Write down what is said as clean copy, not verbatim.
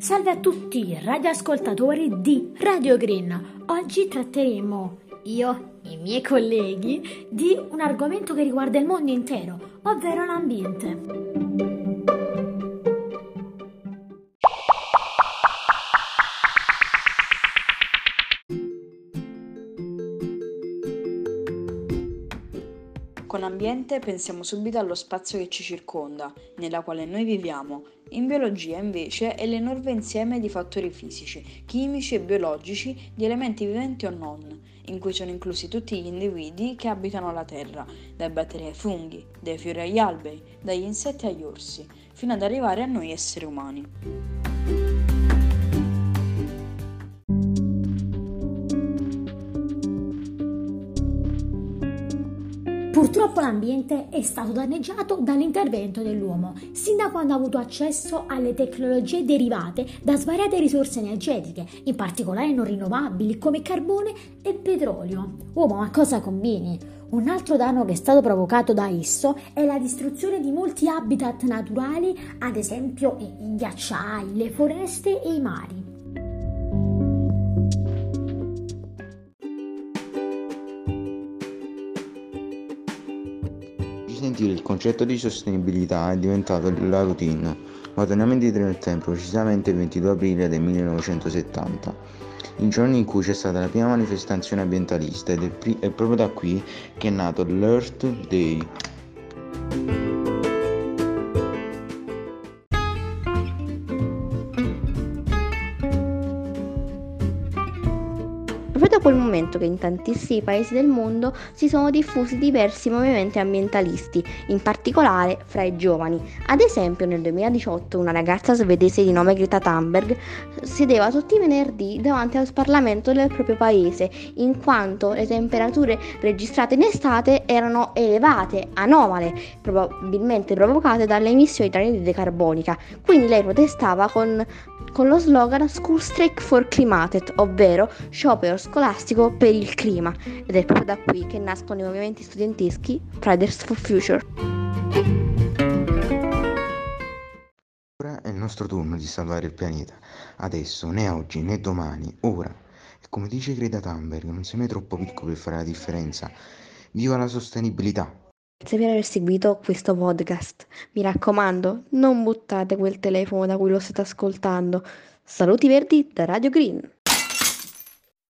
Salve a tutti radioascoltatori di Radio Green. Oggi tratteremo, io e i miei colleghi, di un argomento che riguarda il mondo intero, ovvero l'ambiente. Con ambiente pensiamo subito allo spazio che ci circonda, nella quale noi viviamo. In biologia, invece, è l'enorme insieme di fattori fisici, chimici e biologici di elementi viventi o non, in cui sono inclusi tutti gli individui che abitano la Terra, dai batteri ai funghi, dai fiori agli alberi, dagli insetti agli orsi, fino ad arrivare a noi esseri umani. Purtroppo l'ambiente è stato danneggiato dall'intervento dell'uomo, sin da quando ha avuto accesso alle tecnologie derivate da svariate risorse energetiche, in particolare non rinnovabili come carbone e petrolio. Uomo, ma cosa combini? Un altro danno che è stato provocato da esso è la distruzione di molti habitat naturali, ad esempio i ghiacciai, le foreste e i mari. Sentire il concetto di sostenibilità è diventato la routine, ma torniamo indietro nel tempo, precisamente il 22 aprile del 1970, il giorno in cui c'è stata la prima manifestazione ambientalista ed è proprio da qui che è nato l'Earth Day. Proprio da quel momento che in tantissimi paesi del mondo si sono diffusi diversi movimenti ambientalisti, in particolare fra i giovani. Ad esempio nel 2018 una ragazza svedese di nome Greta Thunberg sedeva tutti i venerdì davanti al Parlamento del proprio paese, in quanto le temperature registrate in estate erano elevate, anomale, probabilmente provocate dalle emissioni di anidride carbonica. Quindi lei protestava con lo slogan School Strike for Climate, ovvero sciopero scolastico per il clima, ed è proprio da qui che nascono i movimenti studenteschi Fridays for Future. Ora è il nostro turno di salvare il pianeta, adesso, né oggi né domani, ora. E come dice Greta Thunberg, non sei mai troppo piccolo per fare la differenza. Viva la sostenibilità! Grazie per aver seguito questo podcast. Mi raccomando, non buttate quel telefono da cui lo state ascoltando. Saluti verdi da Radio Green.